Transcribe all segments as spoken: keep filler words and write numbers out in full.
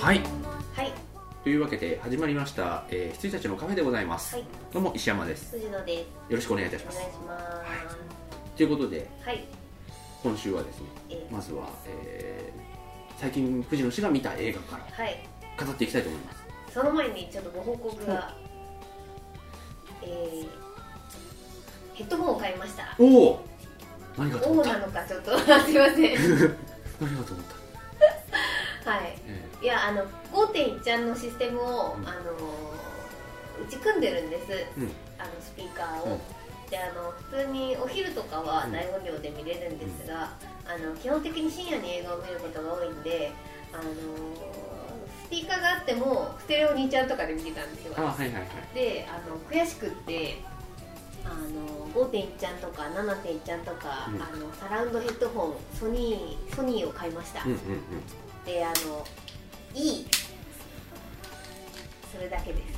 はい、 はい、 というわけで始まりました、えー、羊たちのカフェでございます、はい、どうも石山です。 藤野です。よろしくお願いいたします。 お願いします、はい、 ということで、 はい、 今週はですね、えー、まずは、えー、最近藤野氏が見た映画から語っていきたいと思います、はい、 その前にちょっとご報告が、えー、ヘッドホンを買いました。 おお、何がと思った？ おおなのかちょっとすいません何がと思ったはい、えー、いやあの ごてんいち ちゃんのシステムを、うん、あの打ち組んでるんです、うん、あのスピーカーを、うん、であの普通にお昼とかは大音量で見れるんですが、うん、あの基本的に深夜に映画を見ることが多いんで、あのスピーカーがあってもステレオにちゃんとかで見てたんですよ。 あ、はいはいはい、 であの悔しくってあの ごてんいち ちゃんとか ななてんいち ちゃんとか、うん、あのサラウンドヘッドホンソニーソニーを買いました、うんうんうん、であのいいそれだけです、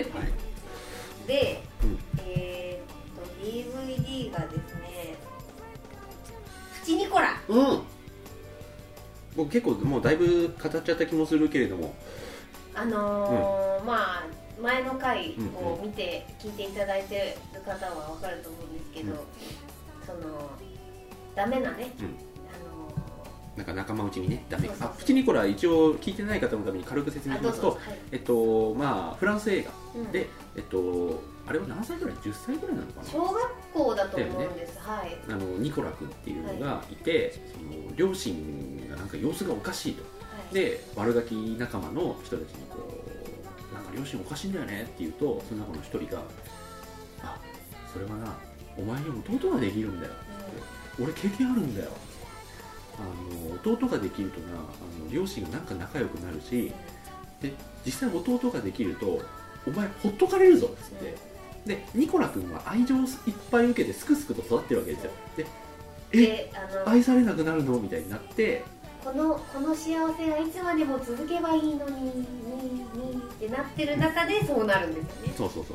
はい、で、うん、えー、っと ディーブイディー がですねプチニコラ、 うん、僕結構もうだいぶ語っちゃった気もするけれども、 あのーうん、まあ前の回を見て聞いていただいてる方は分かると思うんですけど、うん、そのダメなね、うん、あのー、なんか仲間内にねダメ。そうそうそう、あ、プチニコラ一応聞いてない方のために軽く説明しますと、はい、えっとまあフランス映画で、うん、えっとあれは何歳ぐらい？じゅっさいぐらいなのかな？ 小学校だと思うんです、ね、はい。 あのニコラ君っていうのがいて、はい、その両親がなんか様子がおかしいと、はい、で悪ガキ仲間の人たちにこうなんか両親おかしいんだよねって言うと、その中の一人があ、それはな、お前に弟ができるんだよ、うん、俺経験あるんだよ、あの弟ができるとな、あの両親がなんか仲良くなるし、で実際弟ができるとお前ほっとかれるぞっつって、うん、でニコラ君は愛情をいっぱい受けてすくすくと育ってるわけですよ。でえあの愛されなくなるのみたいになって、 この、この幸せがいつまでも続けばいいのにににってなってる中でそうなるんですよね。 そうそうそう。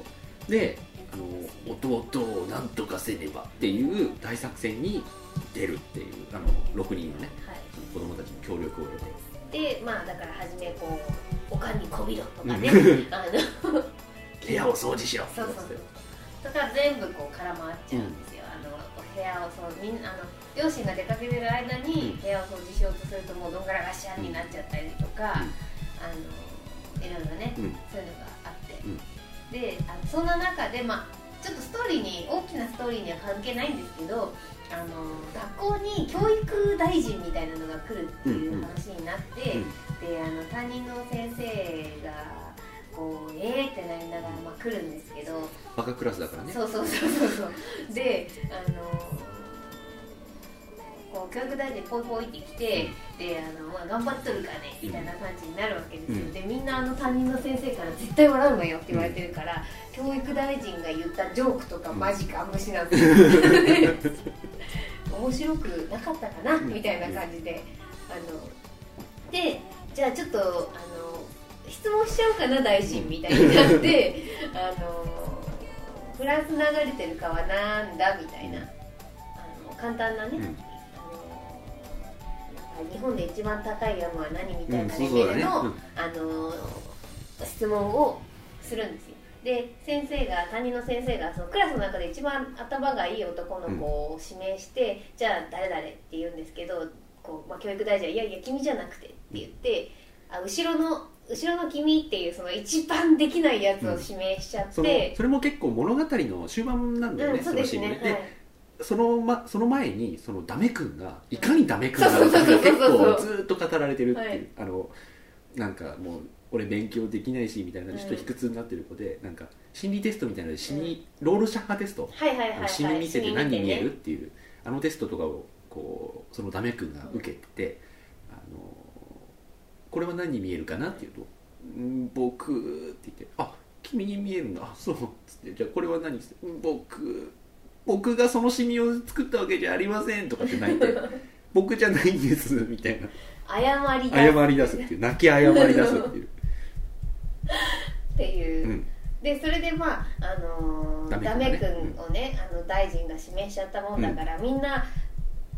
であの弟をなんとかせねばっていう大作戦に出るっていうあのろくにんのね、はい、子供たちの協力を得て、でまあだから初めこうおかんにこびろとかねあの部屋を掃除しろそうそうそうとか全部こう絡まっちゃうんですよ、うん、あの部屋をそうみんなあの両親が出かけてる間に部屋を掃除しようとするともうどんがらがしゃんになっちゃったりとか、うん、あのいろいろね、うん、そういうのがあって、うん、であのそんな中で、まあ、ちょっとストーリーに大きなストーリーには関係ないんですけど、あの学校に教育大臣みたいなのが来るっていう話になって、うんうん、であの担任の先生がこうえーってなりながら、まあ、来るんですけど、 バカクラスだからね。 そうそうそうそうそうであのこう教育大臣ポイポイって来て、うん、であの、まあ、頑張っとるかねみたいな感じになるわけですよ、うん、でみんなあの担任の先生から絶対笑うのよって言われてるから、うん、教育大臣が言ったジョークとかマジか無視なんですよ面白くなかったかなみたいな感じで、あのでじゃあちょっとあの質問しちゃおうかな大臣みたいになってあのフランス流れてる川なんだみたいな、あの簡単なね、うん日本で一番高い山は何みたいなレベルの、うんねうん、あの質問をするんですよ。で先生が担任の先生がそのクラスの中で一番頭がいい男の子を指名して、うん、じゃあ誰々って言うんですけど、こう、まあ、教育大臣はいやいや君じゃなくてって言って、うん、あ後ろの後ろの君っていうその一番できないやつを指名しちゃって、うん、 そ, それも結構物語の終盤なんだよね、うん、 そうですね、 そのはいその, ま、その前にそのダメ君がいかにダメ君なのかが結構ずっと語られてるっていう、はい、あのなんかもう俺勉強できないしみたいなちょっと卑屈になってる子で、うん、なんか心理テストみたいなので死に、うん、ロールシャッハテスト、 はいはいはいはい、 死に見せて何に見えるっていう、ね、あのテストとかをこうそのダメ君が受けて、うん、あのこれは何に見えるかなっていうと、ん僕って言ってあ君に見えるんだあそうっつってじゃあこれは何して僕僕がそのシミを作ったわけじゃありませんとかって泣いて僕じゃないんですみたいな謝り出す謝り出すっていう泣き謝り出すっていうっていう、うん、でそれでまあ、あのー、ダメ君をね、あの大臣が指名しちゃったもんだから、うん、みんな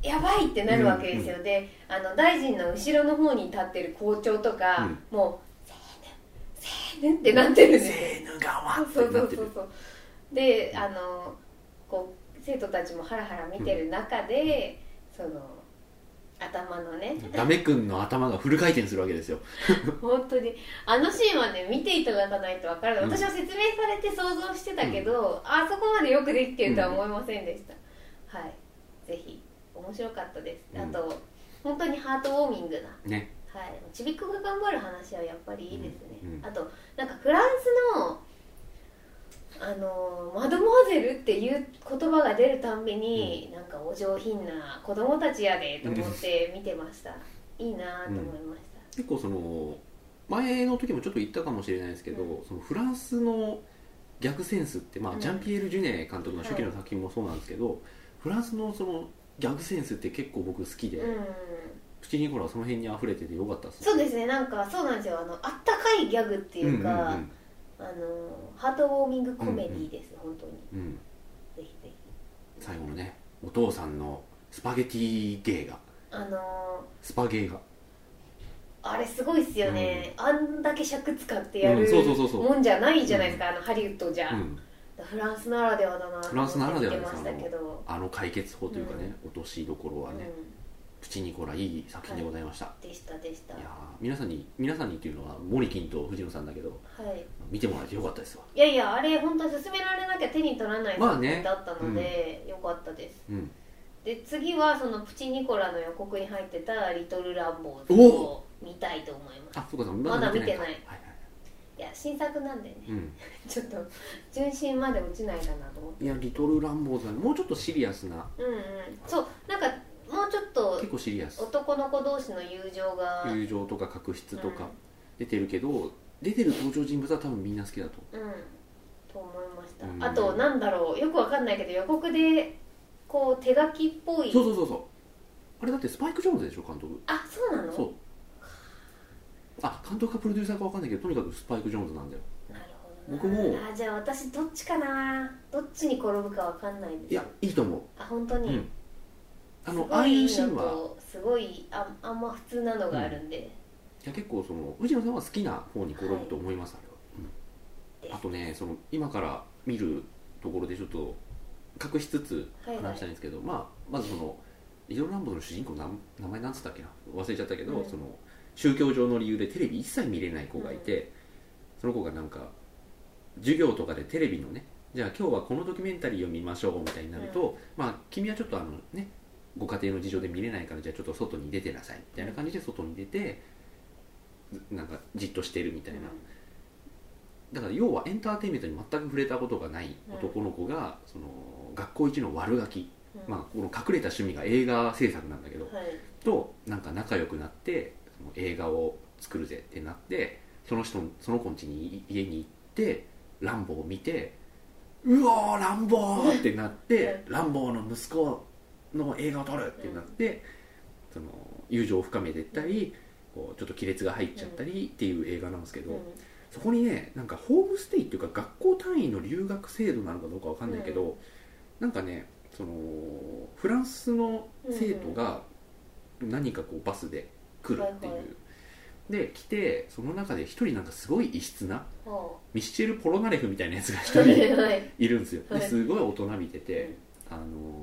やばいってなるわけですよ、うんうん、であの大臣の後ろの方に立ってる校長とか、うん、もうセーヌセーヌってなってるんですよ。 セーヌ側ってそうそうそうそうであのこう生徒たちもハラハラ見てる中で、うん、その頭のねダメ君の頭がフル回転するわけですよ本当にあのシーンはね見ていただかないと分からない、うん、私は説明されて想像してたけど、うん、あそこまでよくできてるとは思いませんでした、うん、はいぜひ面白かったです、うん、あと本当にハートウォーミングな、 ねはい、ちびっこが頑張る話はやっぱりいいですね、うんうん、あとなんかフランスのあのマドモアゼルっていう言葉が出るたんびに、うん、なんかお上品な子供たちやでと思って見てました、いいなと思いました、 うん、結構その前の時もちょっと言ったかもしれないですけど、うん、そのフランスのギャグセンスって、まあ、ジャンピエール・ジュネ監督の初期の作品もそうなんですけど、はい、フランスのそのギャグセンスって結構僕好きで、うん、プチニコラはその辺に溢れててよかったですね。 そうですね、なんかそうなんですよ、あのあったかいギャグっていうか、うんうんうん、あのハートウォーミングコメディです、うんうん、本当に、うん、ぜひぜひ最後のねお父さんのスパゲティ芸があのー、 スパゲーがあれすごいっすよね、うん、あんだけ尺使ってやるもんじゃないじゃないですか、うん、あのハリウッドじゃ、うん、フランスならではだなと思って見てましたけど、 あの解決法というかね、うん、落としどころはね、プチニコラいい作品でございました、 はい、でしたでした。 いや皆さんに皆さんにっていうのはモリキンと藤野さんだけど、はい、見てもらえてよかったですわ。 いやいやあれ本当に勧められなきゃ手に取らない作品だったので、まあね、よかったです、うん、で次はそのプチニコラの予告に入ってたリトルランボーズを見たいと思います。 あ、そうか、 まだ見てない、はいはい、 いや新作なんでね、 うん、 ちょっと純真まで落ちないかなと思って。 いやリトルランボーズはもうちょっとシリアスな、 うんうん、そうなんかもうちょっと結構シリアス男の子同士の友情が友情とか確執とか出てるけど、うん、出てる登場人物は多分みんな好きだと、 うん、と思いました、うん、あとなんだろうよくわかんないけど予告でこう手書きっぽい、 そうそうそうそう、あれだってスパイク・ジョーンズでしょ監督。 あ、そうなの。そう、 あ、監督かプロデューサーかわかんないけどとにかくスパイク・ジョーンズなんだよ。 なるほど僕もあ、じゃあ私どっちかな、どっちに転ぶかわかんないです。 いやいいと思う。 あ、本当に、うん、 あのああいうシーンはすごい あ, あんま普通なのがあるんで、うん、いや結構その藤野さんは好きな方に転ぶと思います、はい、あれは、うん、あとねその今から見るところでちょっと隠しつつ話したいんですけど、はいはい、まあ、まずそのリトルランボーの主人公の名前なんつったっけな忘れちゃったけど、うん、その宗教上の理由でテレビ一切見れない子がいて、うん、その子がなんか授業とかでテレビのね、じゃあ今日はこのドキュメンタリーを見ましょうみたいになると、うん、まあ君はちょっとあのねご家庭の事情で見れないからじゃあちょっと外に出てなさいみたいな感じで外に出てなんかじっとしてるみたいな、だから要はエンターテインメントに全く触れたことがない男の子がその学校一の悪ガキ、うん、まあ、この隠れた趣味が映画制作なんだけど、はい、となんか仲良くなってその映画を作るぜってなって、その人その子ん家に家に行ってランボーを見て、うおーランボーってなって、はい、ランボーの息子の映画を撮るってなって、うん、その友情を深めていったり、こうちょっと亀裂が入っちゃったりっていう映画なんですけど、うん、そこにねなんかホームステイっていうか学校単位の留学制度なのかどうかわかんないけど、うん、なんかねそのフランスの生徒が何かこうバスで来るっていう、はいはい、で来てその中で一人なんかすごい異質な、はあ、ミシチェル・ポロナレフみたいなやつが一人いるんですよ、はい、ですごい大人びてて、あの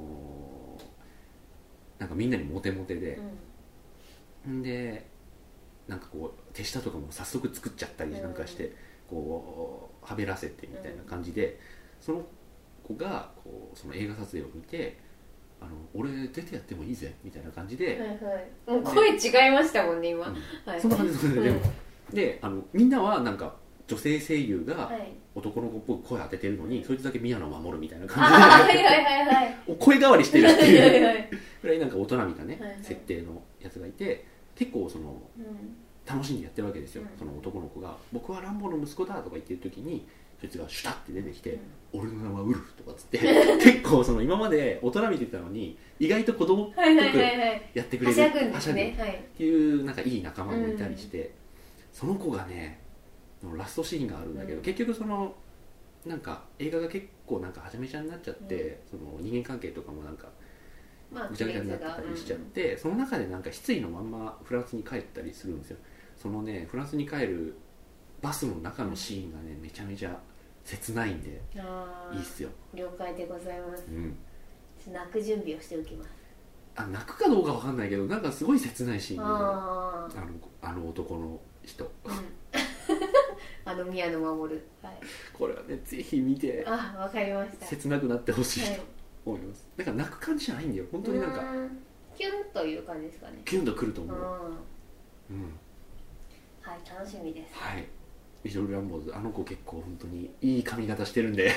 ー、なんかみんなにモテモテで、うん、でなんかこう手下とかも早速作っちゃったりなんかして、うん、こうはべらせてみたいな感じで、うん、その子がこうその映画撮影を見て、あの俺出てやってもいいぜみたいな感じで、 はいはい、もう声違いましたもんね今、うんはい、そんな感じですね、うん、であのみんなはなんか女性声優が男の子っぽい声当ててるのに、はい、そいつだけ宮野真守るみたいな感じで、はいはいはいはい、声変わりしてるっていうぐらいなんか大人びたね、はいはい、設定のやつがいて、結構その、うん、楽しんでやってるわけですよ、うん、その男の子が僕はランボーの息子だとか言ってる時にそいつがシュタって出てきて、うん、俺の名前ウルフとかっつって結構その今まで大人びてたのに意外と子供っぽくやってくれる、 はしゃぐんですね、はい、 っていうなんかいい仲間もいたりして、うん、その子がねラストシーンがあるんだけど、うん、結局そのなんか映画が結構なんかはちゃめちゃになっちゃって、うん、その人間関係とかもなんかまあ、 ぐちゃぐちゃになってたりしちゃって、うん、その中でなんか失意のまんまフランスに帰ったりするんですよ。そのねフランスに帰るバスの中のシーンがねめちゃめちゃ切ないんでいいっすよ。 了解でございます、 うん、 泣く準備をしておきます。 あ泣くかどうかわかんないけどなんかすごい切ないシーンで、ね、 あ, あのあの男の人、うん、 あの宮野真守、はい、 これはねぜひ見てあわかりました切なくなってほしいと思います、はい、なんか泣く感じじゃないんだよ本当になんかキュンという感じですかね。 キュンとくると思う、うん、 はい楽しみです。 はいミシェル・ランボーズあの子結構本当にいい髪型してるんで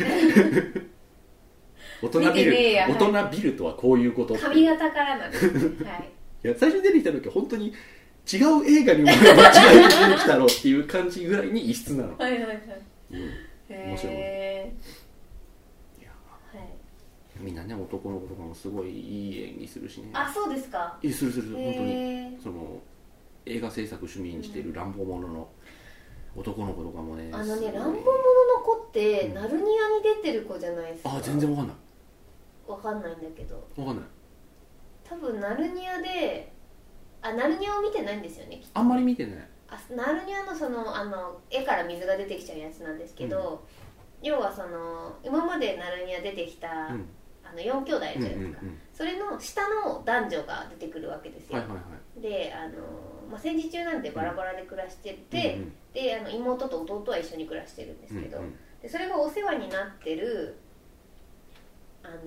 大人ビル大人ビルとはこういうこと髪型からなんです、ねはい、 いや最初に出てきた時は本当に違う映画に間違いに出てきたろうっていう感じぐらいに異質なのはいはいはい、 うん、面白い、いや、はい、みんなね男の子とかもすごいいい演技するしね。 あそうですか。 いいするする本当にその映画制作趣味にしている乱暴者の男の子とかもね、 あのね乱暴者の子って、うん、ナルニアに出てる子じゃないですか。 あ全然わかんないわかんないんだけどわかんない多分ナルニアであナルニアを見てないんですよねきっと。 あんまり見てない。 あナルニアのそのあの絵から水が出てきちゃうやつなんですけど、うん、要はその今までナルニア出てきた、うん、あのよん兄弟じゃないですか、うんうんうん、それの下の男女が出てくるわけですよ、はいはいはい、であの、まあ、戦時中なんでバラバラで暮らしてて、うんうん、であの妹と弟は一緒に暮らしてるんですけど、うんうん、でそれがお世話になってるあの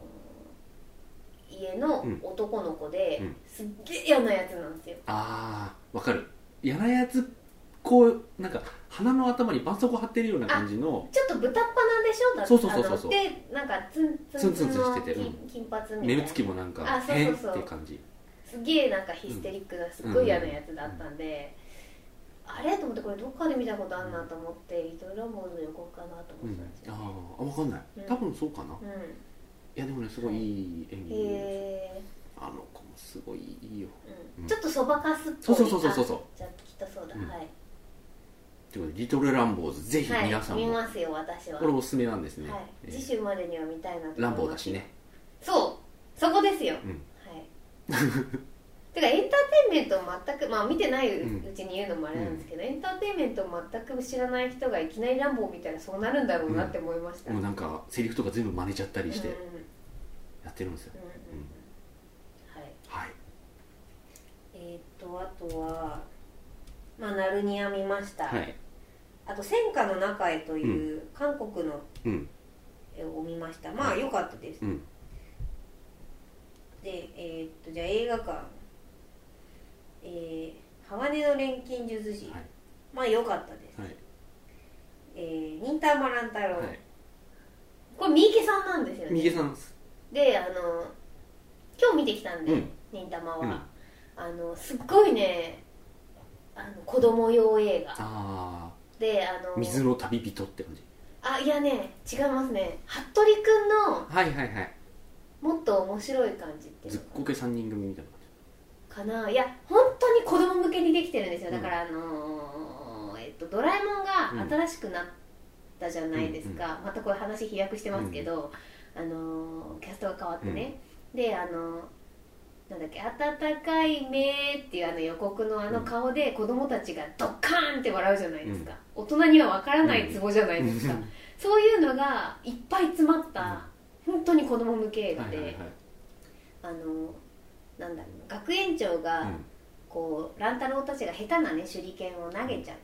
家の男の子で、うん、すっげえ嫌なやつなんですよ。 あーわかる嫌なやつこうなんか鼻の頭に絆創膏貼ってるような感じのちょっと豚っ鼻でしょだってそうそうそうそうでなんかツンツンツンの金髪みたいな目つきもなんか変って感じすげえなんかヒステリックなすっごい嫌なやつだったんで、うんうん、あれと思ってこれどっかで見たことあるなと思ってリトルランボーズの予告かなと思ってたんですよ、 うん、ああ分かんない、うん、多分そうかな、うん、いやでもねすごいいい演技、へあの子もすごいいいよ、 うんうん、ちょっとそばかすっぽいそうそうそうそうそうじゃあきっとそうだ、うん、はいということでリトルランボーズぜひ皆さんも、 はい、見ますよ私はこれおすすめなんですね、 はい、次週までには見たいなと思います。 ランボーだしねそうそこですよ、うん、はいてかエンターテインメントを全くまあ見てないうちに言うのもあれなんですけど、うん、エンターテインメントを全く知らない人がいきなりランボー見たらそうなるんだろうなって思いました、 うん、もうなんかセリフとか全部真似ちゃったりしてやってるんですよ、うんうんはい、 はい、 えー、っとあとはまあナルニア見ました、 はい、 あと戦火の中へという韓国の絵を見ました、うん、まあ良かったです、うん、でえー、っとじゃあ映画館えー、鋼の錬金術師、はい、まあ良かったです、はい、えー、忍たま乱太郎、はい、これ三池さんなんですよね。 三池さんですであの今日見てきたんで、うん、忍たまは、うん、あのすっごいねあの子供用映画あであの水の旅人って感じ。 あいやね違いますね服部くんのはいはいはいもっと面白い感じっていうのずっこけさんにん組みたいなかな。いや本当に子供向けにできてるんですよ。だから、うん、あのー、えっとドラえもんが新しくなったじゃないですか、うんうん、またこれ話飛躍してますけど、うん、あのー、キャストが変わってね、うん、であのー、なんだっけ温かい目っていうあの予告のあの顔で子供たちがドッカーンって笑うじゃないですか、うん、大人には分からないツボじゃないですか、うん、そういうのがいっぱい詰まった、うん、本当に子供向け映画で、はいはいはい、あのなんだろう学園長が、うん、こう乱太郎たちが下手なね手裏剣を投げちゃって、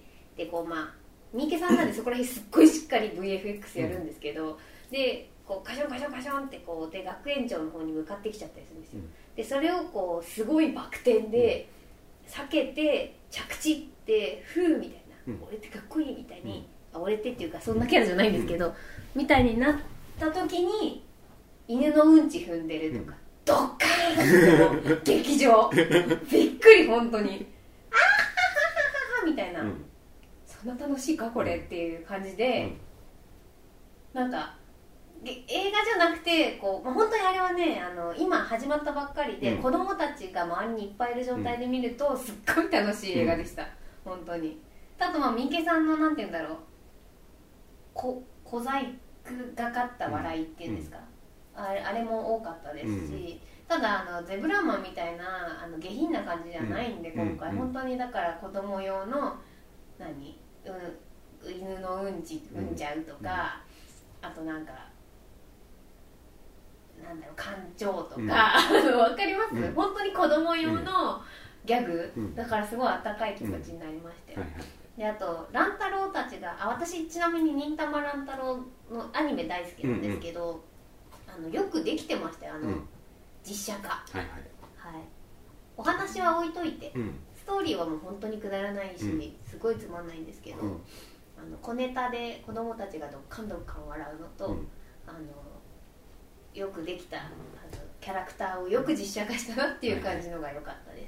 うん、でこうまあ三池さんなんでそこら辺すっごいしっかり ブイエフエックス やるんですけど、うん、でこうカションカションカションってこうで学園長の方に向かってきちゃったりするんですよ、うん、でそれをこうすごいバク転で避けて着地ってフーみたいな、うん、俺ってかっこいいみたいに、うん、あ俺ってっていうかそんなキャラじゃないんですけど、うん、みたいになった時に犬のうんち踏んでるとか、うんドッカーンって劇場びっくり本当にあーははははみたいな、うん、そんな楽しいかこれっていう感じで、うん、なんか映画じゃなくてこう、まあ、本当にあれはねあの今始まったばっかりで、うん、子供たちが周りにいっぱいいる状態で見ると、うん、すっごい楽しい映画でした、うん、本当に。あとまあ三池さんのなんて言うんだろうこ小細工がかった笑いっていうんですか、 あれ、あれも多かったですし、うん、ただあのゼブラマンみたいなあの下品な感じじゃないんで、うん、今回、うん、本当にだから子供用の何、うん、犬のうんちうんちゃうとか、うん、あとなんかなんだろう感情とか、うん、分かります、うん、本当に子供用のギャグ、うん、だからすごい温かい気持ちになりましたよ、うんはいはい、であと乱太郎たちがあ私ちなみに忍たま乱太郎のアニメ大好きなんですけど、うんうん、あのよくできてましたよあの、うん、実写化、はいはいはい、お話は置いといて、うん、ストーリーはもう本当にくだらないし、うん、すごいつまんないんですけど、うん、あの小ネタで子供たちがどっかんどっかん笑うのと、うん、あのよくできたあのキャラクターをよく実写化したなっていう感じのが良かったです、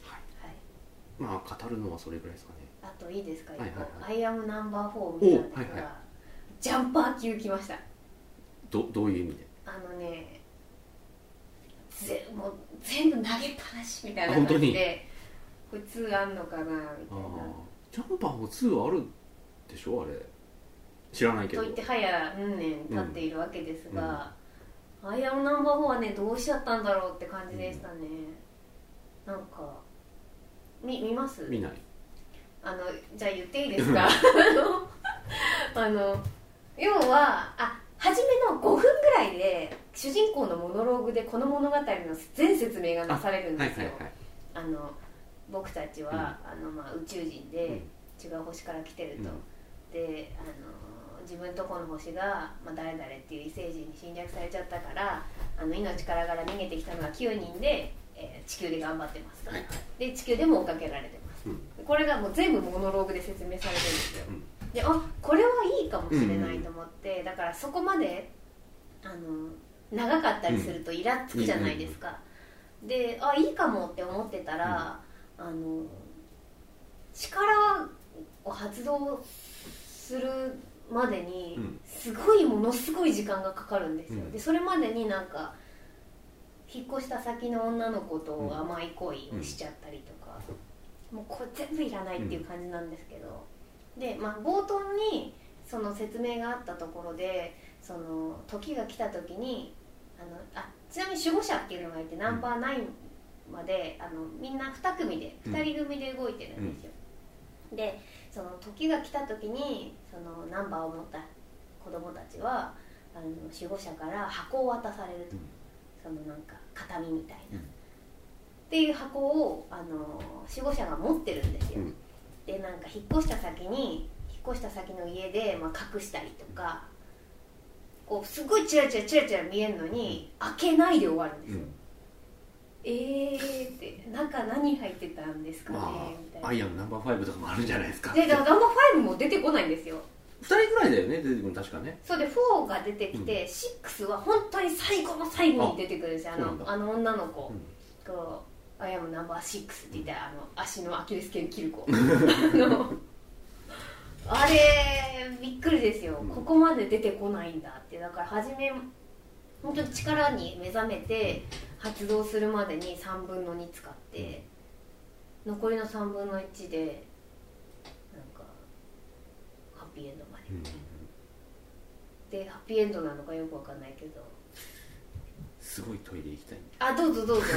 はいはい、 まあ語るのはそれぐらいですかね。 あといいですか、はいはいはい、アイアムナンバーフォー見たんですが、はいはい、ジャンパー級来ました。 ど, どういう意味で？ あのねぜもう全部投げっぱなしみたいな感じでこれツーあんのかなみたいな。 ジャンパーもツーあるでしょあれ知らないけど。 といって早うん年経っているわけですが、うんうん、アイアムナンバーフォーはねどうしちゃったんだろうって感じでしたね、うん、なんか 見, 見ます見ない。 あのじゃあ言っていいですかあの要はあ初めのごふんぐらいで主人公のモノローグでこの物語の全説明がなされるんですよ。あ、はいはいはい、あの僕たちは、うん、あのまあ、宇宙人で違う星から来てると、うん、であの自分とこの星が、まあ、誰々っていう異星人に侵略されちゃったからあの命からがら逃げてきたのがきゅうにんで、えー、地球で頑張ってますと、はいはい、で地球でも追っかけられてます、うん、これがもう全部モノローグで説明されるんですよ、うん、であこれはいいかもしれないと思って、うん、だからそこまであの長かったりするとイラつくじゃないですか、うん、であいいかもって思ってたら、うん、あの力を発動するまでにすごいものすごい時間がかかるんですよ、うん、でそれまでになんか引っ越した先の女の子と甘い恋をしちゃったりとか、うん、もうこれ全部いらないっていう感じなんですけど、で、まあ、冒頭にその説明があったところでその時が来た時にあのあちなみに守護者っていうのがいてナンバーナインまであのみんなに組でふたり組で動いてるんですよ、うん、でその時が来た時にそのナンバーを持った子供たちはあの守護者から箱を渡されると、うん、そのなんか形見みたいな、うん、っていう箱をあの守護者が持ってるんですよ、うん、でなんか引っ越した先に引っ越した先の家で、まあ、隠したりとかこうすごいチラチラチラチラ見えるのに、うん、開けないで終わるんですよ、うん、えーって中何入ってたんですかね、まあ、みたいな。 アイアムナンバーファイブとかもあるんじゃないですか。 でナンバーファイブも出てこないんですよ。 ふたりぐらいだよね出てくるの確かね。 そうでフォーが出てきて、うん、シックスは本当に最後の最後に出てくるんですよ。あのあの女の子、うん、こうアイアムナンバーシックスって言って、うん、あの足のアキレス腱切る子あのあれびっくりですよ、うん、ここまで出てこないんだって。だから初め本当に力に目覚めて発動するまでにさんぶんのに使って残りのさんぶんのいちでなんかハッピーエンドまで、うん、でハッピーエンドなのかよくわかんないけどすごいトイレ行きたいんであどうぞどうぞ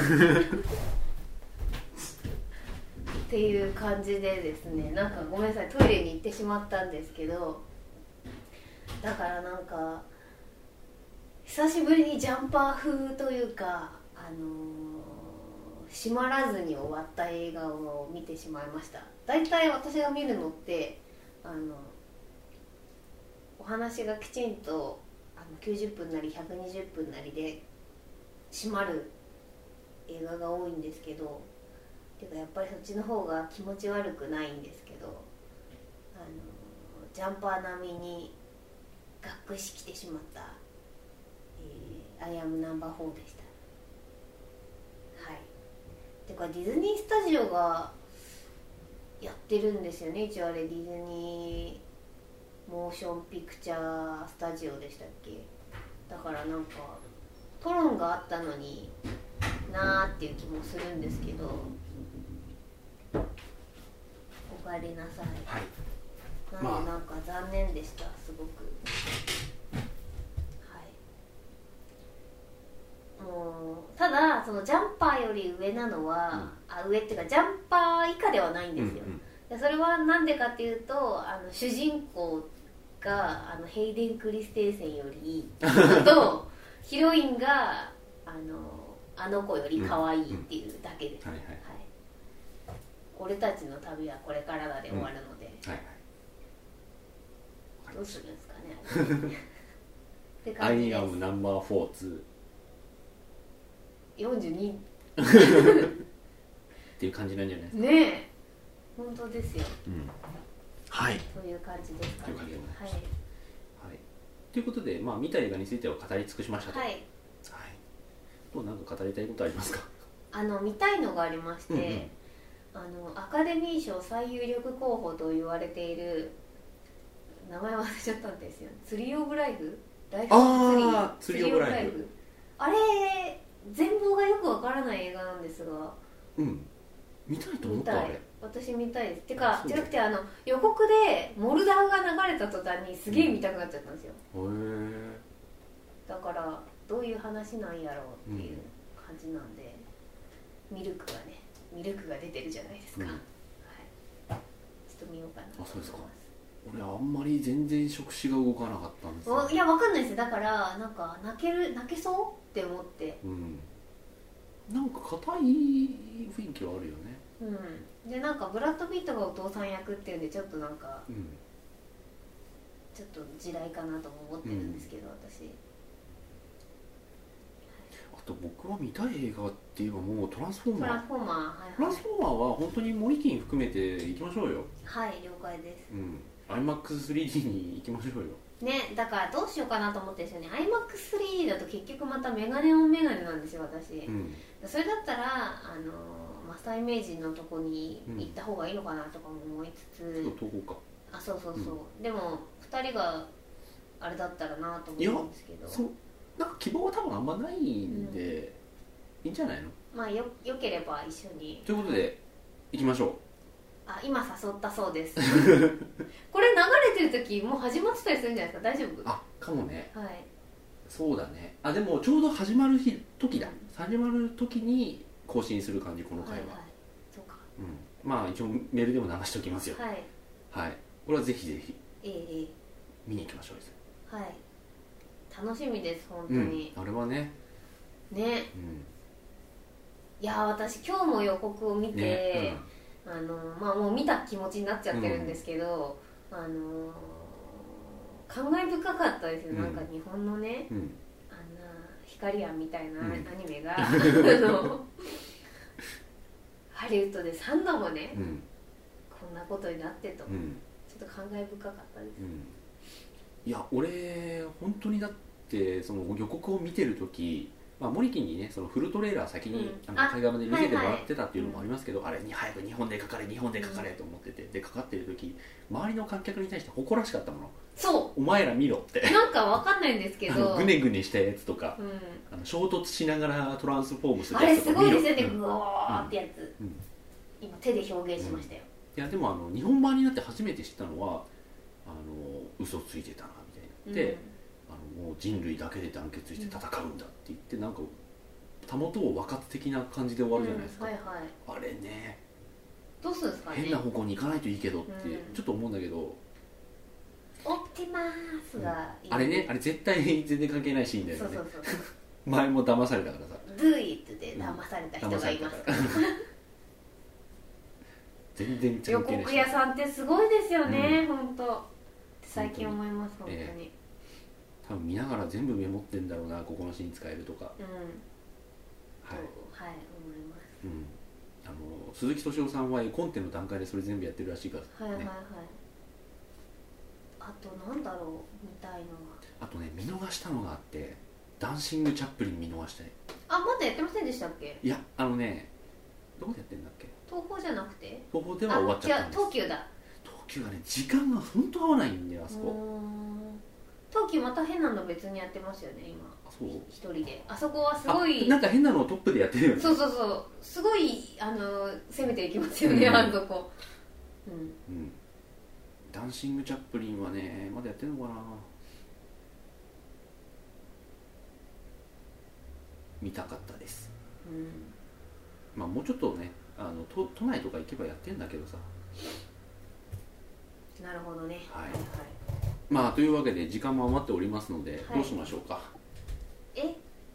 っていう感じでですね、なんかごめんなさいトイレに行ってしまったんですけど、だからなんか久しぶりにジャンパー風というか、あのー、閉まらずに終わった映画を見てしまいました。だいたい私が見るのってあのお話がきちんとあのきゅうじゅっぷんなりひゃくにじゅっぷんなりで閉まる映画が多いんですけど、てかやっぱりそっちの方が気持ち悪くないんですけど、あのジャンパー並みに学士来てしまったえー、アイアムナンバーフォーでした。はい。てかディズニースタジオがやってるんですよね。一応あれディズニーモーションピクチャースタジオでしたっけ。だからなんかトロンがあったのになーっていう気もするんですけど。おかえりなさい。 はい。 なのでなんか残念でした、すごく。 ただそのジャンパーより上なのは、うん、あ上っていうかジャンパー以下ではないんですよ、うんうん、でそれはなんでかっていうとあの主人公があのヘイデン・クリステーセンよりいいとヒロインがあのあの子より可愛いっていうだけです、うんうんはいはいはい、俺たちの旅はこれからだで終わるので、うんはいはい、どうするんですかねって感じです。 アイアムナンバーフォーツよんじゅうにっていう感じなんじゃないですかねえ本当ですよ、 うん、はいそういう感じですかね。という感じでございました、はいはい、ということで、まあ、見た映画については語り尽くしましたと。はい、はい、もう何か語りたいことありますか？ あの見たいのがありまして、うんうん、あのアカデミー賞最有力候補と言われている名前忘れちゃったんですよ。ツリー・オブ・ライフライフあーツリー・オブ・ライフあれ全貌がよくわからない映画なんですが、 うん見たいと思ったあれ私見たいです。てかじゃなくてあの予告でモルダウが流れた途端にすげえ見たくなっちゃったんですよ、うん、へえだからどういう話なんやろうっていう感じなんで、うん、ミルクがねミルクが出てるじゃないですか、うんはい、ちょっと見ようかなと思います。 あそうですか。俺あんまり全然触手が動かなかったんですよ。 いやわかんないです。だからなんか泣ける泣けそうって思って、 うん、なんか硬い雰囲気はあるよね。 うん、でなんかブラッド・ピットがお父さん役っていうんでちょっとなんか、うん、ちょっと地雷かなとも思ってるんですけど、うん、私あと僕は見たい映画っていうのはもうトランスフォーマートランスフォーマー、はいはい、 トランスフォーマーは本当にモリキン含めていきましょうよ。 はい了解です、 うん、アイマックススリーディー に行きましょうよね。だからどうしようかなと思ってるんですよね。 アイマックススリーディー だと結局またメガネオンメガネなんですよ私、うん、それだったらあのマサイ名人のとこに行った方がいいのかなとかも思いつつ、うん、 ちょっと遠こうか。あそうそうそう、うん、でもふたりがあれだったらなと思うんですけど、 そうなんか希望は多分あんまないんで、うん、いいんじゃないの。 まあよよければ一緒にということで行きましょう。 あ今誘ったそうですこれ流れてる時もう始まってたりするんじゃないですか。大丈夫？ あかもね。 はいそうだね。あでもちょうど始まる日時だ、うん、始まる時に更新する感じこの回は、はいはい、 そうか、 うん、まあ一応メールでも流しておきますよ。 はいはいこれはぜひぜひええ見に行きましょうです。 はい楽しみです本当に、 うん、あれはねね、うん、いや私今日も予告を見て、ねうん、あのまあもう見た気持ちになっちゃってるんですけど、うん、あの感慨深かったですよ、うん、なんか日本のね、うん、あんな光庵みたいなアニメが、うん、あのハリウッドでさんどもね、うん、こんなことになってと、うん、ちょっと感慨深かったです、うん、 いや俺本当にだってその予告を見てる時まあ、モリキンにねそのフルトレーラー先に、うん、あの海岸まで見せてもらってたっていうのもありますけど、はいはい、あれに早く日本でかかれ日本でかかれと思ってて、うん、でかかってる時周りの観客に対して誇らしかったもの。 そうお前ら見ろってなんかわかんないんですけどグネグネしたやつとか、うん、あの衝突しながらトランスフォームするやつとか見ろ。あれすごいですよね、うん、グワーってやつ、うん、今手で表現しましたよ、 うん、いやでもあの日本版になって初めて知ったのはあの嘘ついてたなみたいになって、うん、あのもう人類だけで団結して戦うんだって言ってなんかたもとを分かつ的な感じで終わるじゃないですか、 うんはいはい、 あれねどうするんですかね。 変な方向に行かないといいけどって、うん、ちょっと思うんだけど追ってまーすがいい、 うん、あれねあれ絶対に全然関係ないシーンだよね。 そうそうそう前も騙されたからさ Do it で騙された人がいますから、うん、 全然予告屋さんってすごいですよね、うん、本当最近思います本当に、えー、多分見ながら全部メモってんだろうなここのシーン使えるとか、うんはい、はい、思います、 うん、あの鈴木敏夫さんは絵コンテの段階でそれ全部やってるらしいから、ね、はいはいはい。 あとなんだろう見たいのはあとね見逃したのがあってダンシングチャップリン見逃したい。 あまだやってませんでしたっけ。 いやあのねどこでやってんだっけ。 東宝じゃなくて東宝では終わっちゃったんです。 違う東急だ。 東急がね時間が本当合わないんだよあそこ。 東急また変なの別にやってますよね今。 あそう一人であそこはすごいなんか変なのをトップでやってるよね。 そうそうそうすごいあの攻めていきますよね、うん、あそこ、うん、うん、 ダンシングチャップリンはねまだやってるのかな。見たかったです。 まあもうちょっとね、あの 都, 都内とか行けばやってんだけどさ。 なるほどね。 はい、はい、まあというわけで時間も余っておりますので、 はい、 どうしましょうか。 え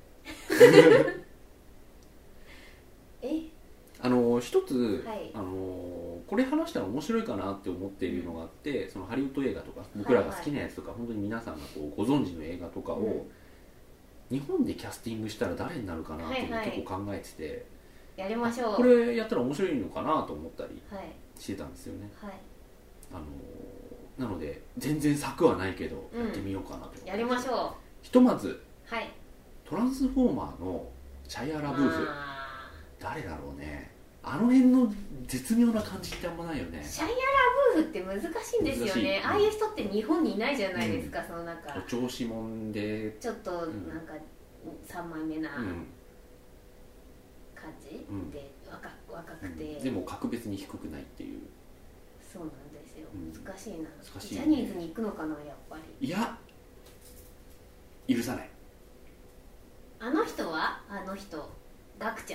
えあの一つ、 はい、 あのこれ話したら面白いかなって思っているのがあって、うん、そのハリウッド映画とか僕らが好きなやつとか、はいはい、本当に皆さんがこうご存知の映画とかを、うん、日本でキャスティングしたら誰になるかなって、はい、結構考えてて、 やりましょう。 これやったら面白いのかなと思ったりしてたんですよね。 はい、 あのなので全然策はないけど、やってみようかなと、 うん、やりましょう。 ひとまず、 はい、 トランスフォーマーのシャイア・ラブーフ、誰だろうね。あの辺の絶妙な感じってあんまないよね。 シャイア・ラブーフって難しいんですよね、うん、ああいう人って日本にいないじゃないですか、うん、そのなんかお調子者でちょっとなんかさんまいめな感じ、うん、で 若, 若くて、うん、 でも格別に低くないっていう。 そうなんですよ、うん、難しいな。 難しい、 ね、ジャニーズに行くのかな、やっぱり。 いや許さない。 あの人はあの人ガクちゃん、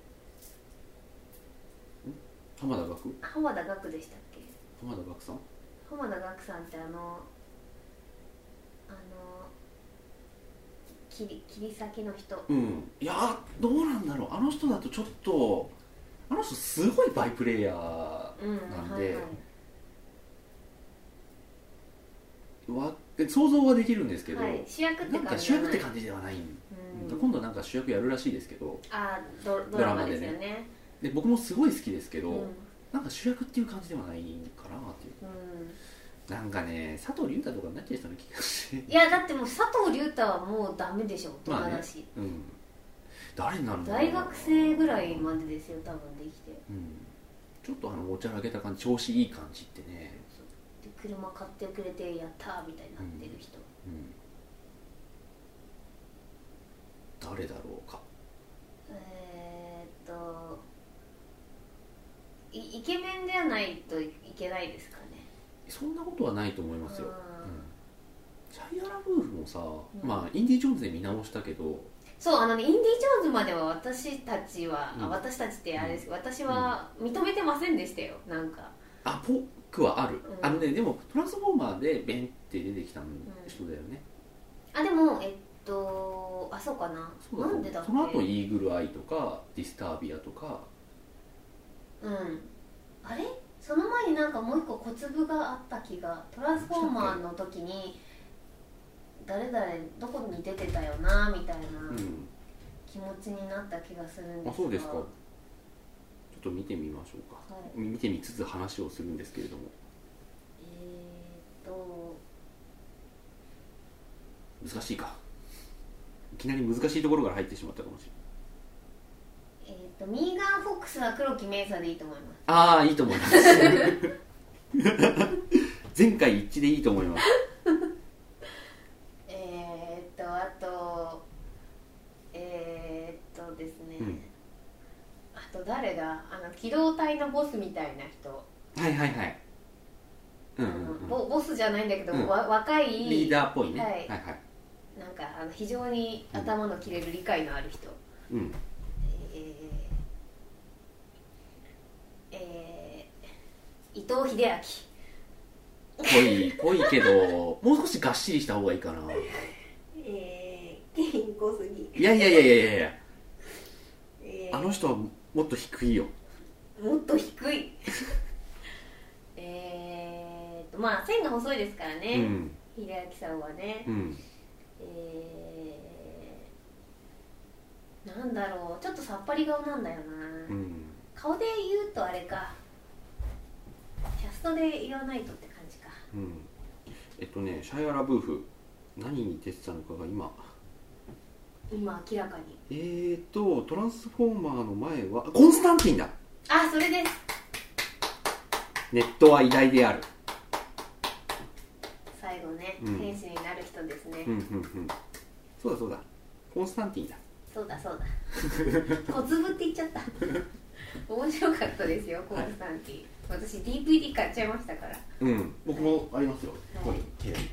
浜田岳浜田岳でしたっけ。 浜田岳さん浜田岳さんってあのあの切り切り裂きの人。 うん。いやどうなんだろう。あの人だとちょっとあの人すごいバイプレイヤーなんで、うんはいはい、わ想像はできるんですけど、はい、 主役って感じじゃない。 なんか主役って感じではない。うん、今度なんか主役やるらしいですけど、 あド, ドラマですよね。 で僕もすごい好きですけど、うん、なんか主役っていう感じではないかなっていう、うん、なんかね佐藤隆太とかになっちゃいそうな気がして。 いやだってもう佐藤隆太はもうダメでしょ、大人だし、 まあねうん、誰になるのかな。 大学生ぐらいまでですよ多分できて、 うん、ちょっとあのおちゃらけた感じ、調子いい感じってね。 で車買ってくれてやったーみたいになってる人、うんうん、 誰だろうか。 えー、っとイケメンではないといけないですかね。 そんなことはないと思いますよ、うん、シャイア・ラブーフもさ、うん、まあインディ・ジョーンズで見直したけど、 そうあの、ね、インディ・ジョーンズまでは私たちは、うん、私たちってあれです、うん、私は認めてませんでしたよ。なんかあぽくはある、うん、あのねでもトランスフォーマーでベンって出てきた人だよね、 うん、あでもえっとあそうかな。 そうだ、 なんでだっけ。 その後イーグルアイとかディスタービアとか、 うんあれその前になんかもう一個小粒があった気が。トランスフォーマーの時に誰々どこに出てたよなみたいな気持ちになった気がするんですが、 あそうですか。ちょっと見てみましょうか、はい、見てみつつ話をするんですけれども、 えーっと難しいか。いきなり難しいところから入ってしまったかもしれない。 えー、とミーガン・フォックスは黒木メイサでいいと思います。 ああいいと思います前回一致でいいと思いますえっとあとえー、っとですね、うん、あと誰だあの機動隊のボスみたいな人。 はいはいはい、 うんうんうん、ボ, ボスじゃないんだけど、うん、わ若いリーダーっぽいね、 はいはいはい、 なんかあの非常に頭の切れる理解のある人、 うんえー、伊藤英明ぽいぽいけどもう少しがっしりした方がいいかな。 えー、ケイン小杉。 いやいやいやいやいや、えー、あの人はもっと低いよ。 もっと低いえーとまあ線が細いですからね、うん、英明さんはね、うん、えー、なんだろうちょっとさっぱり顔なんだよな、うん、顔で言うとあれかキャストで言わないとって感じか、 うん、えっとねシャイア・ラブーフ何に出てたのかが今今明らかにえーとトランスフォーマーの前はコンスタンティンだ。 あそれです。 ネットは偉大である。 最後ね、うん、天使になる人ですね、 うんうんうん、そうだそうだコンスタンティンだ。 そうだそうだ小粒って言っちゃった面白かったですよコンスタンティン、はい、私 ディーブイディー 買っちゃいましたから。 うん僕もありますよ、はい、これ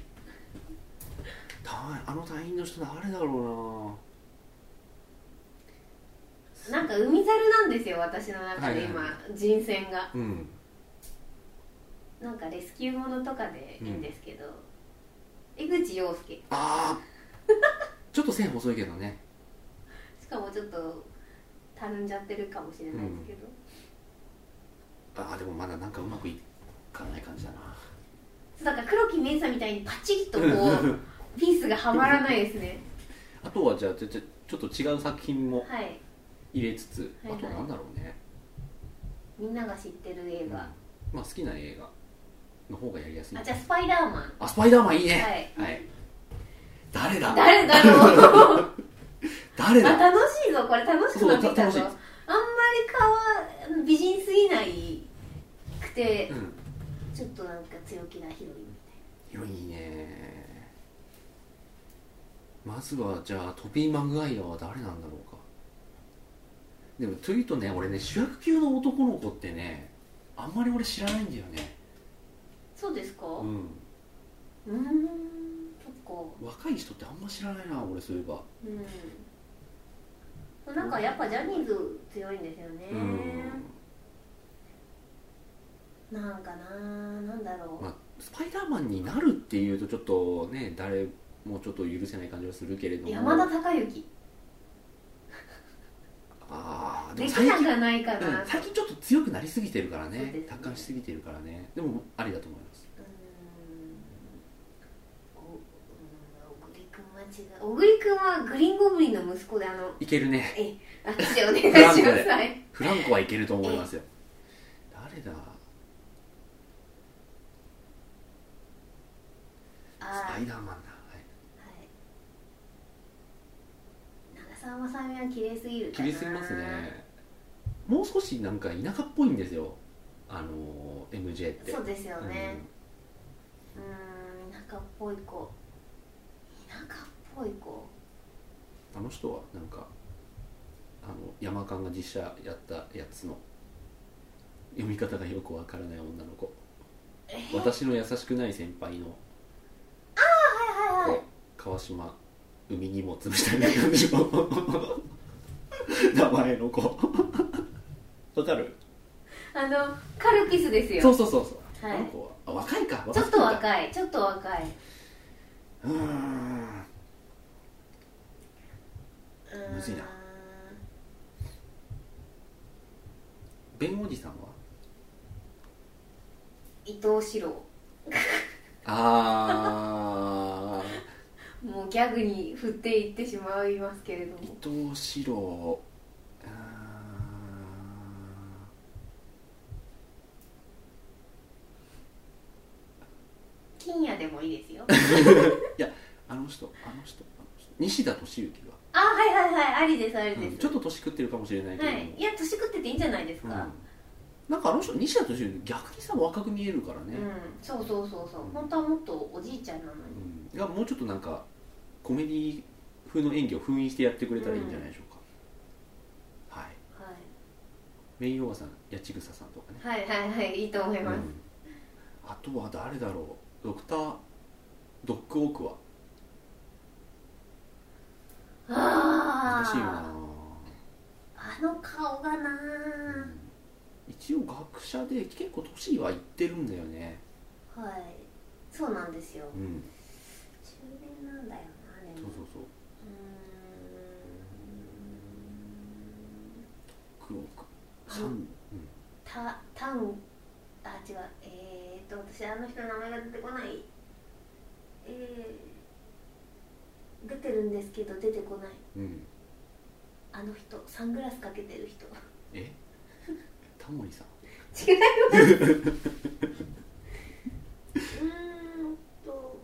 あの隊員の人誰だろうな。 なんか海猿なんですよ私の中で今、 はいはいはい、 人選が、 うん、 なんかレスキューものとかでいいんですけど、うん、江口洋介、 ああちょっと線細いけどね、 しかもちょっとたるんじゃってるかもしれないですけど、 うん、ああでもまだなんかうまくいかない感じだな。 だから黒木メイサみたいにパチッとこうピースがはまらないですねあとはじゃあちょちょちょっと違う作品もはい入れつつ、はい、あとはなんだろうね、 みんなが知ってる映画、 うん、まあ好きな映画の方がやりやすい。 あ、じゃあスパイダーマン。 あ、スパイダーマンいいね。はい、はい、誰だ誰だろう誰だ。 あ、楽しいぞ、これ楽しくなってきたぞ。あんまり顔は美人すぎないくて、うん、ちょっとなんか強気なヒロインみたいな。 ヒロインいいね。まずはじゃあトビー・マグワイアは誰なんだろうか。でもというとね、俺ね、主役級の男の子ってね、あんまり俺知らないんだよね。 そうですか。うん。うーん、そっか。 若い人ってあんま知らないな、俺そういえば。 うん。なんかやっぱジャニーズ強いんですよね。うん。なんかな、なんだろう。 まあ、スパイダーマンになるっていうとちょっとね、誰もちょっと許せない感じはするけれども。 山田孝之。 ああ、 でも最近できなくないかな、 うん、最近ちょっと強くなりすぎてるからね、ね、達観しすぎてるからね。でもありだと思います。 うーん、お、うん、小栗くんは違う。小栗くんはグリーンゴブリンの息子で、あのいけるね。 え、私お願いします。 フランコはいけると思いますよ。誰だ。スパイダーマンだ。 長澤まさみは綺麗すぎるかな。 綺麗すぎますね。もう少しなんか田舎っぽいんですよ、あの エムジェー って。 そうですよね。うん、ん、田舎っぽい子、田舎っぽい子。 あの人はなんかあの山勘が実写やったやつの読み方がよくわからない女の子、私の優しくない先輩の、 ああ、はいはいはい、 川島海荷物みたいな感じの名前の子わかる？ あのカルピスですよ。 そうそうそうそう、 はい、 あの子はあ若いか、 ちょっと若い、ちょっと若い。 うーん、むずいな。弁護士さんは伊藤四郎ああもうギャグに振っていってしまいますけれども、 伊藤四郎、あ金谷でもいいですよいや、あの人、あの人、あの人西田敏行は、 あ、はいはいはい、ありですありです、 うん、ちょっと年食ってるかもしれないけど、はい、 いや、年食ってていいんじゃないですか、うん、 なんかあの人、西田敏行逆にさ、若く見えるからね、 うん、そうそうそうそう、うん、本当はもっとおじいちゃんなのに、 うん、がもうちょっとなんかコメディ風の演技を封印してやってくれたらいいんじゃないでしょうか、うん、はい、はい、メインヨガさん、八千草さんとかね、 はいはいはい、いいと思います、うん、 あとは誰だろう、ドクタードッグオークは難しいよなあの顔がな、うん、 一応学者で結構年はいってるんだよね。 はい、そうなんですよ、うん、中年なんだよな。 そうそうそう、うーん、クオークさん、うん、 た、タン、あ、違う、えーっと私あの人の名前が出てこない、えー、出てるんですけど出てこない、うん、あの人、サングラスかけてる人、 えタモリさん違いますうーんと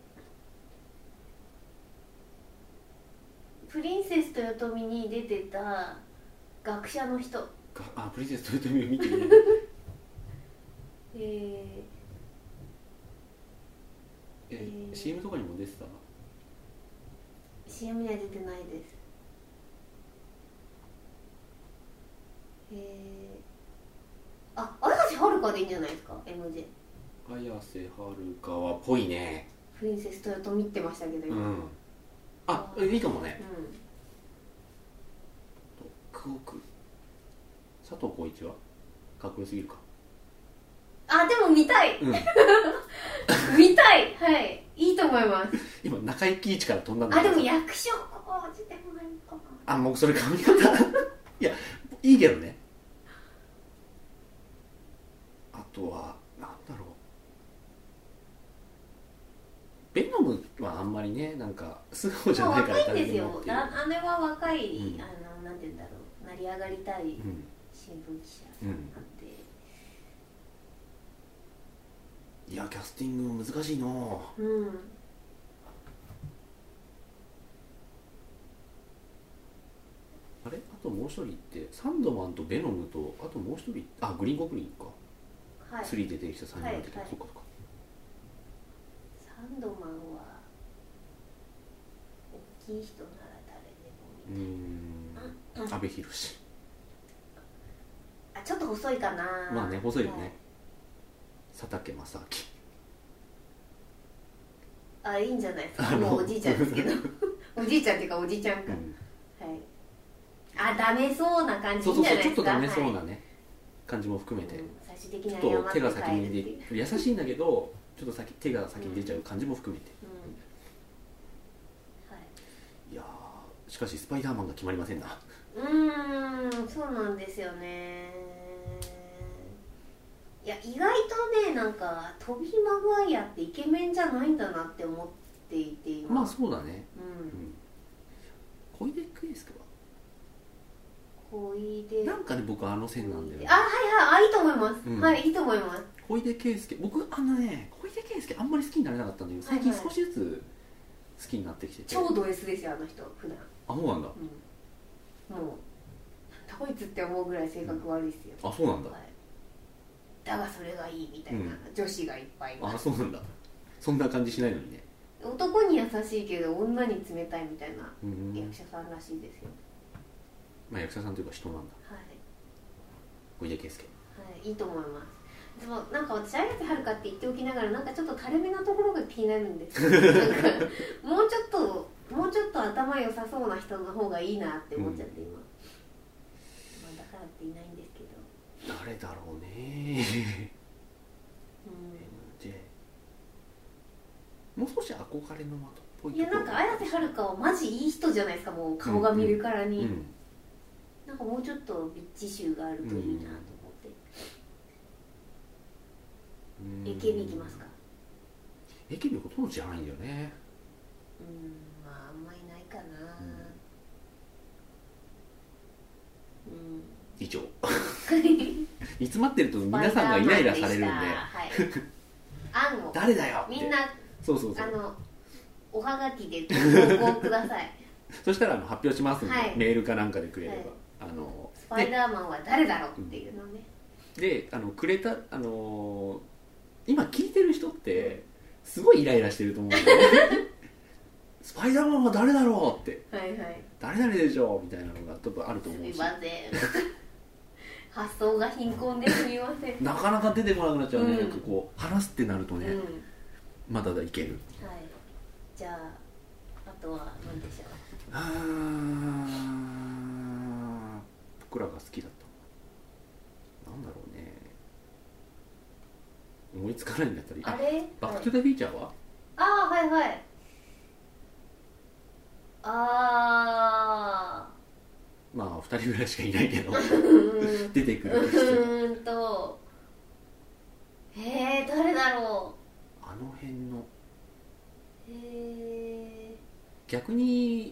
プリンセス豊臣に出てた学者の人、 あ、プリンセス豊臣を見てみるえー、えー、シーエム とかにも出てた？ シーエム には出てないです。えー、あ、綾瀬はるかでいいんじゃないですか、 エムジェー。 綾瀬はるかはぽいね。 プリンセス豊臣ってましたけど今、うん、 あ、いいかもね、うん、ドッグオーク佐藤浩市はかっこよすぎるか。 あ、でも見たい、うん、見たい、はい、いいと思います。 今中井貴一から飛んだんだけど、あ、でも役所こうでもないかな。 あ、もうそれ髪型いや、いいけどね。あとはなんだろう、ベノムはあんまりね、なんか素顔じゃないから若いんですよ。あれは若い、うん、あのなんて言うんだろう、成り上がりたい新聞記者なんで、 うん、いやキャスティングも難しいな。うん。あれ、あともう一人ってサンドマンとベノムと、あともう一人、あ、グリーンゴブリンか、はい、スリー出てきたさんにん出てきた、はいはい、そっかそっか。 サンドマンは大きい人なら誰でもみたいな。うーん、阿部寛。あ、ちょっと細いかな。 まあね、細いよね、はい、佐竹正明。あ、いいんじゃないですか。もうおじいちゃんですけどおじいちゃんっていうかおじちゃんか、うん、はい。あ、ダメそうな感じいいんじゃないですか。そうそうそう、ちょっとダメそうなね、はい、感じも含めて、うん、最終的にちょっと手が先に出優しいんだけどちょっと先手が先に出ちゃう感じも含めて、うんうん、はい、いやしかしスパイダーマンが決まりませんな。 うーん、そうなんですよね。いや、意外とね、なんかトビー・マグワイアってイケメンじゃないんだなって思っていて今。 まあそうだね、うん、小出圭介は小出なんかね、僕あの線なんだよね。 あ、はいはい、あ、いいと思います、うん、はい、いいと思います。 小出圭介、僕あのね、小出圭介あんまり好きになれなかったんだけど、最近少しずつ好きになってきてて、 はいはい、超ド S ですよ、あの人普段。 あ、そうなんだ、 うん、もうこいつって思うぐらい性格悪いですよ、 うん、あ、そうなんだ、はい、 だがそれがいいみたいな、うん、女子がいっぱいいます。 あ、そうなんだ、そんな感じしないのにね。 男に優しいけど女に冷たいみたいな役者さんらしいですよ、 まあ役者さんというか人なんだ。はい。小出圭介。 はい、いいと思います。でもなんか私綾瀬はるかって言っておきながらなんかちょっと垂れ目なところが気になるんですよ。なんかもうちょっともうちょっと頭良さそうな人の方がいいなって思っちゃって、うん、今。まあだからっていないんですけど。 誰だろうね。うん。で、もう少し憧れの的っぽい。 いや、なんか綾瀬はるかはマジいい人じゃないですか、もう顔が見るからに。うんうんうん、なんかもうちょっとビッチ臭があるといいなと思って、うん、エーケービー いきますか。 エーケービー ほとんど知らないんだよね。 うん、まああんまりないかな、うん、うん、 以上煮詰まってると皆さんがイライラされるんで、はい、 案を誰だよってみんな、 そうそうそう、あのおはがきでご応募くださいそしたらあの発表しますんで、はい、メールかなんかでくれれば、はい、あのスパイダーマンは誰だろうっていうのね、 うん、で、あのくれた、あのー、今聞いてる人ってすごいイライラしてると思うんだよねスパイダーマンは誰だろうって、はいはい、誰々でしょうみたいなのが多分あると思うし、 すみません発想が貧困ですみませんなかなか出てこなくなっちゃうね、うん、なんかこう話すってなるとね、うん、まだだいける。 はい、じゃああとは何でしょう。 あ僕らが好きだったなんだろうね、思いつかないんだったり。 あれバックトゥザフィーチャーは、はい、 ああはいはい、ああまあふたりぐらいしかいないけど出てくる人うんとへえ誰だろう、あの辺のへえ逆に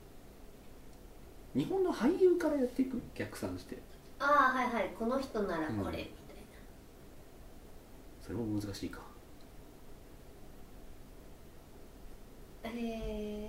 日本の俳優からやっていく、逆算して、 ああはいはい、この人ならこれ、うん、みたいな。 それも難しいか。 えー、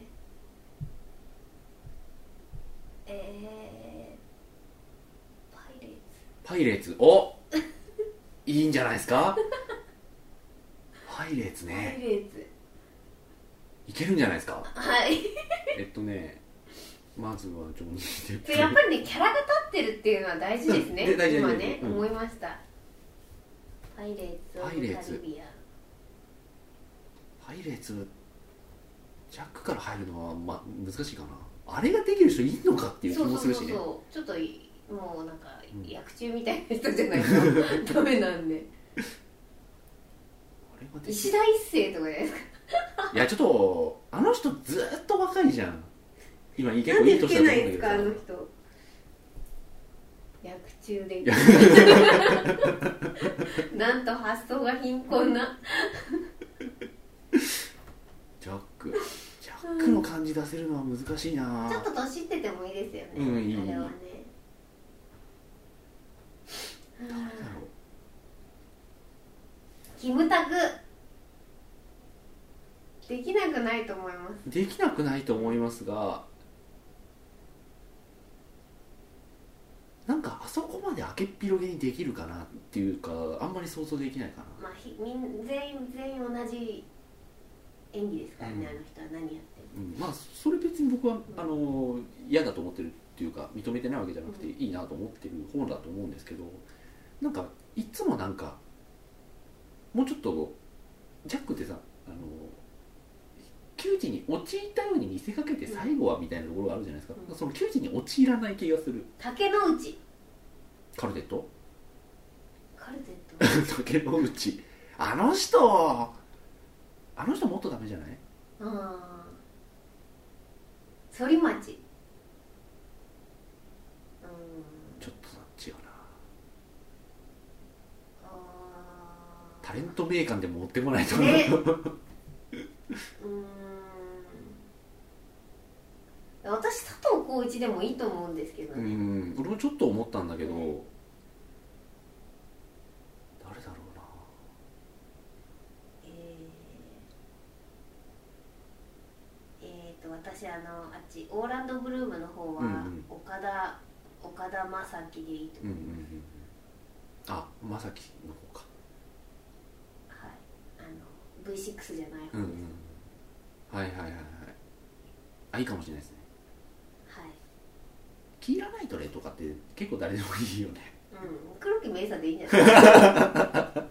えー、パイレーツパイレーツおいいんじゃないですかパイレーツね、 パイレーツいけるんじゃないですか。 はいえっとね、まずはジョニー・デップ。 やっぱりね、キャラが立ってるっていうのは大事ですね、 大事今ね、 うん、 思いました。パイレーツ・オブ・カリビアン。 パイレーツジャックから入るのは、ま、難しいかな。あれができる人いいのかっていう気もするしね。 そうそうそう、ちょっともうなんか役中みたいな人じゃないとダメなんで石田一生とかじゃないですかいやちょっとあの人ずっと若いじゃん今結構いい年だと思うんだけどさ。なんで吹けないですかあの人役中でなんと発想が貧困なジャックジャックの感じ出せるのは難しいな、 うん、ちょっと年っててもいいですよね、 うん、いいあれはね。 誰だろう。 キムタクできなくないと思います。 できなくないと思いますが、なんかあそこまで明けっぴろげにできるかなっていうか、あんまり想像できないかな。 まあ、ひみん全員全員同じ演技ですからね、うん、あの人は何やっても、 うん、まあそれ別に僕は、うん、あの嫌だと思ってるっていうか認めてないわけじゃなくて、うん、いいなと思ってる方だと思うんですけど、なんかいつもなんかもうちょっとジャックってさ、あの窮地に陥ったように見せかけて最後はみたいなところがあるじゃないですか、うん、その窮地に陥らない気がする。 竹の内カルテットカルテット竹の内あの人あの人もっとダメじゃない？ ああ反町、うん、 ちょっと違うな。あタレント名鑑でも持ってこないと思う、ねうん私佐藤浩市でもいいと思うんですけどね。 うん俺もちょっと思ったんだけど、うん、誰だろうな。 えー、えーと私あのあっちオーランドブルームの方は岡田、うんうん、岡田将生でいいと思います、うんうんうん、 あ将生の方か。 はいあの ブイシックス じゃない方です、うんうん、 はいはいはいはいあいいかもしれないですね。 はいキーラナイトレとかって結構誰でもいいよね。 うん黒木メイサでいいんじゃないですか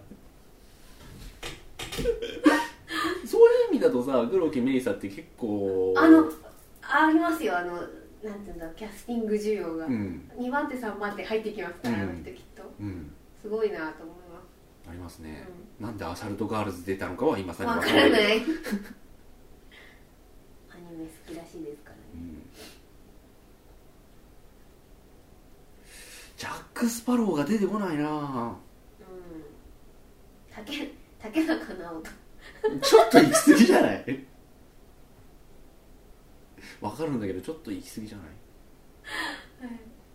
そういう意味だとさ黒木メイサって結構あのありますよあのなんていうんだキャスティング需要が、うん、にばん手さんばん手入ってきますから、うん、あの人きっと、うん、すごいなと思います。 ありますね、うん、なんでアサルトガールズ出たのかは今さに分からないアニメ好きらしいですからね、うん、 ジャック・スパローが出てこないな。うん竹竹中直人ちょっと行き過ぎじゃないわかるんだけどちょっと行き過ぎじゃない、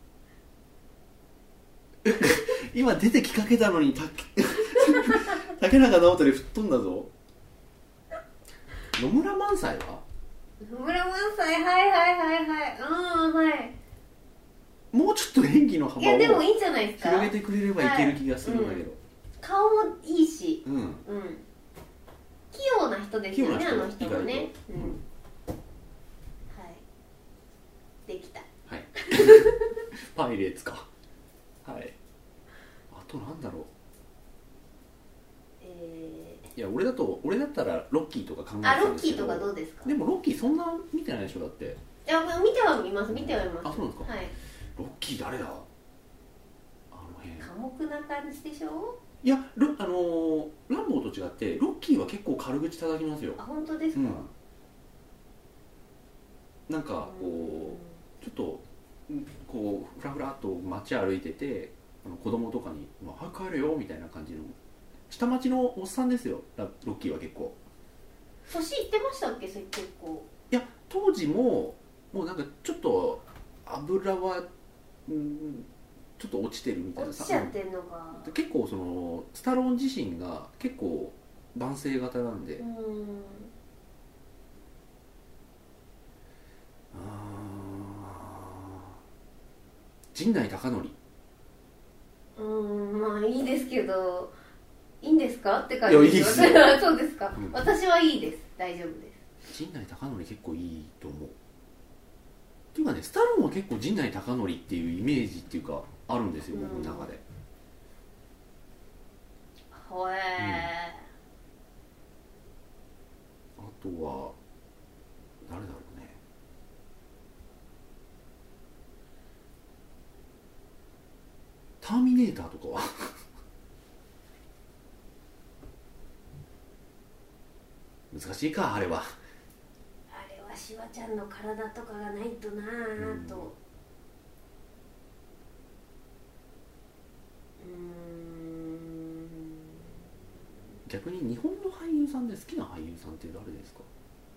はい、今出てきかけたのに竹竹中直人で吹っ飛んだぞ。野村萬斎は野村萬斎はいはいはいはいうんはいもうちょっと演技の幅をいやでもいいんじゃないですか広げてくれればいける気がするんだけど、はいうん、 顔もいいし、うんうん、器用な人ですよねあの人もね、うん、はいできたはいパイレーツかはいあとなんだろうえー、いや俺だと俺だったらロッキーとか考えてたんですけど。 あロッキーとかどうですか。 でもロッキーそんな見てないでしょだって。 いや見てはいます見てはいます、 あそうなんですか、 はい、 ロッキー誰だあの辺寡黙な感じでしょ。 いやロあのー、ランボーと違ってロッキーは結構軽口叩きますよ。 あ本当ですか、うん、 なんかこうちょっとこうフラフラっと街歩いててあの子供とかに「まあ、早く帰れよ」みたいな感じの下町のおっさんですよロッキーは結構。 年いってましたっけそれ結構。 いや当時ももうなんかちょっと油は、うん、ちょっと落ちてるみたいなさ。落ちちゃってんのか。 結構そのスタローン自身が結構男性型なんで。うんあ陣内孝則。 うんまあいいですけどいいんですかって感じです。 いやいいですよそうですか、うん、私はいいです大丈夫です。 陣内孝則結構いいと思う。っていうかねスタローンは結構陣内孝則っていうイメージっていうかあるんですよ、うん、僕の中で。 ほえー、あとは誰だろうね。 ターミネーターとかは難しいか、あれは。 あれはシュワちゃんの体とかがないとなぁと、うーん、 逆に日本の俳優さんで好きな俳優さんって誰ですか？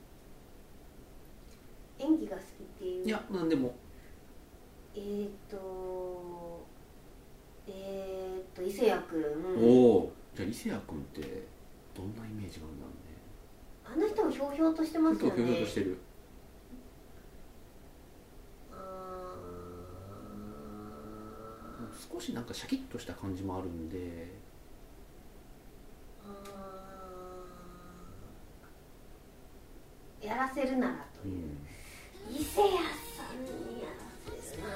演技が好きっていう。 いや、なんでも。 えーとえーと伊勢谷君。 おお、じゃあ伊勢谷君ってどんなイメージがあるんだろうね。 あの人もひょうひょうとしてますよね。 ひょうひょうとしてる。 あ少しなんかシャキッとした感じもあるんで。 あやらせるならという、うん、伊勢谷さんにやらせるなら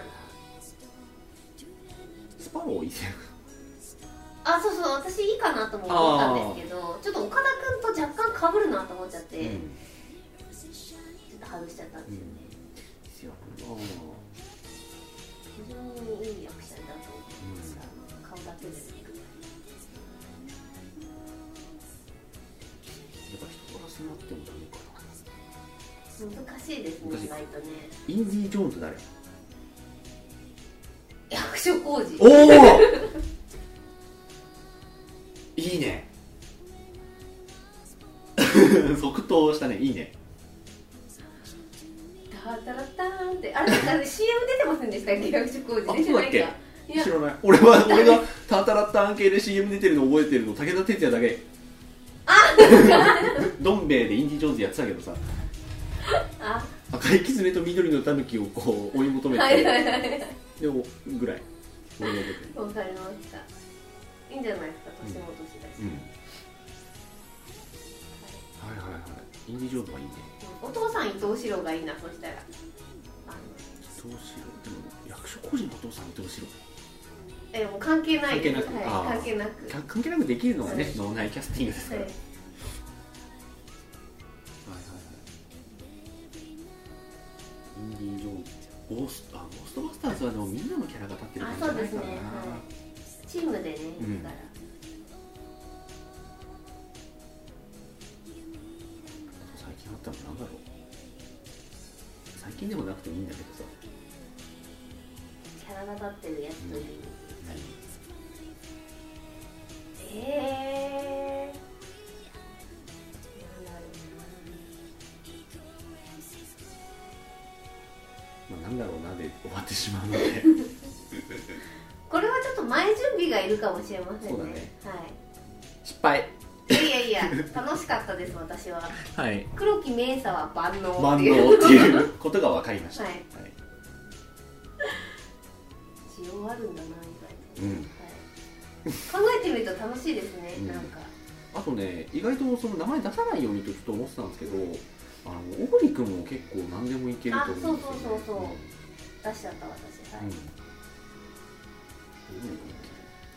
スパロー伊勢谷君。 あ、そうそう、私いいかなとも思ったんですけど、ちょっと岡田君と若干被るなと思っちゃって、うん、ちょっと外しちゃったんですよね。 伊勢谷君、 非常にいい役者だと思います、うん、顔だけでやっぱ人から迫ってもダメかな。難しいですね、意外とね。 インディ・ジョーンズ誰？ 役所広司。 おおいいね即答したね、いいね。 タータラターンって、あれなんか シーエム 出てませんでしたっけ、役所広司。 出てないか。知らない。俺は俺がタータラッターン系で シーエム 出てるの覚えてるの武田鉄矢だけ。 あどん兵衛でインディ・ジョーンズやってたけどさ、 あ赤いキツネと緑のタヌキをこう追い求めて、 はいはいはい、 でもぐらい俺のことわかりました。いいんじゃないですか、年も年だし、うんうん、 はいはいはい、インディ・ジョーンズはいいね、 うん、お父さん伊藤四郎がいいな、そしたら。あの伊藤四郎、でも役所広司のお父さん伊藤四郎、 えもう関係ないです。 関係なく、 はい、関係なく関係なくできるのがね、はい、脳内キャスティングですから、はい、インディ・ジョーンズ、ゴースト、あ、ゴーストバスターズはでもみんなのキャラが立ってる感じじゃないかな。 あ、そうですね、はい、チームでね、うん、だから最近あったのなんだろう、最近でもなくてもいいんだけどさ、 キャラが立ってるやつという、うん、えーなんだろうなで終わってしまうのでこれはちょっと前準備がいるかもしれませんね。 そうだね、 はい、 失敗。 いやいやいや、楽しかったです、私は。 はい、 黒木メイサは万能万能っていうことが分かりました。はい、はい、 需要あるんだな、意外と、 うん、 はい、考えてみると楽しいですね、うん、なんかあとね、意外とその名前出さないようにとちょっと思ってたんですけど、あの小栗君も結構何でもいけると思うんですよね。 あ、そうそうそうそう、うん、出しちゃった私、はい、うん、小栗君も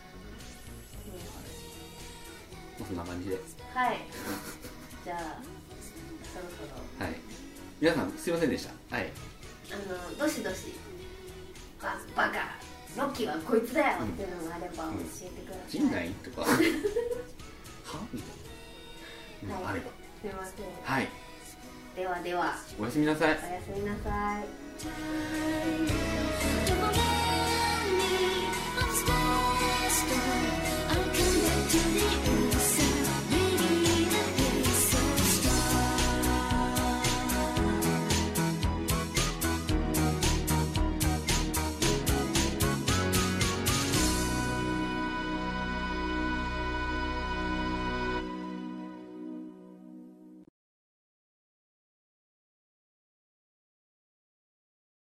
そんな感じで、 はいじゃあそろそろ、 はい、皆さんすいませんでした。はい、 あのどしどしババカロッキーはこいつだよっていうのがあれば教えてください。 陣内とかはみたいな、はい、あればすいません。 はい、 ではではおやすみなさい。 おやすみなさい。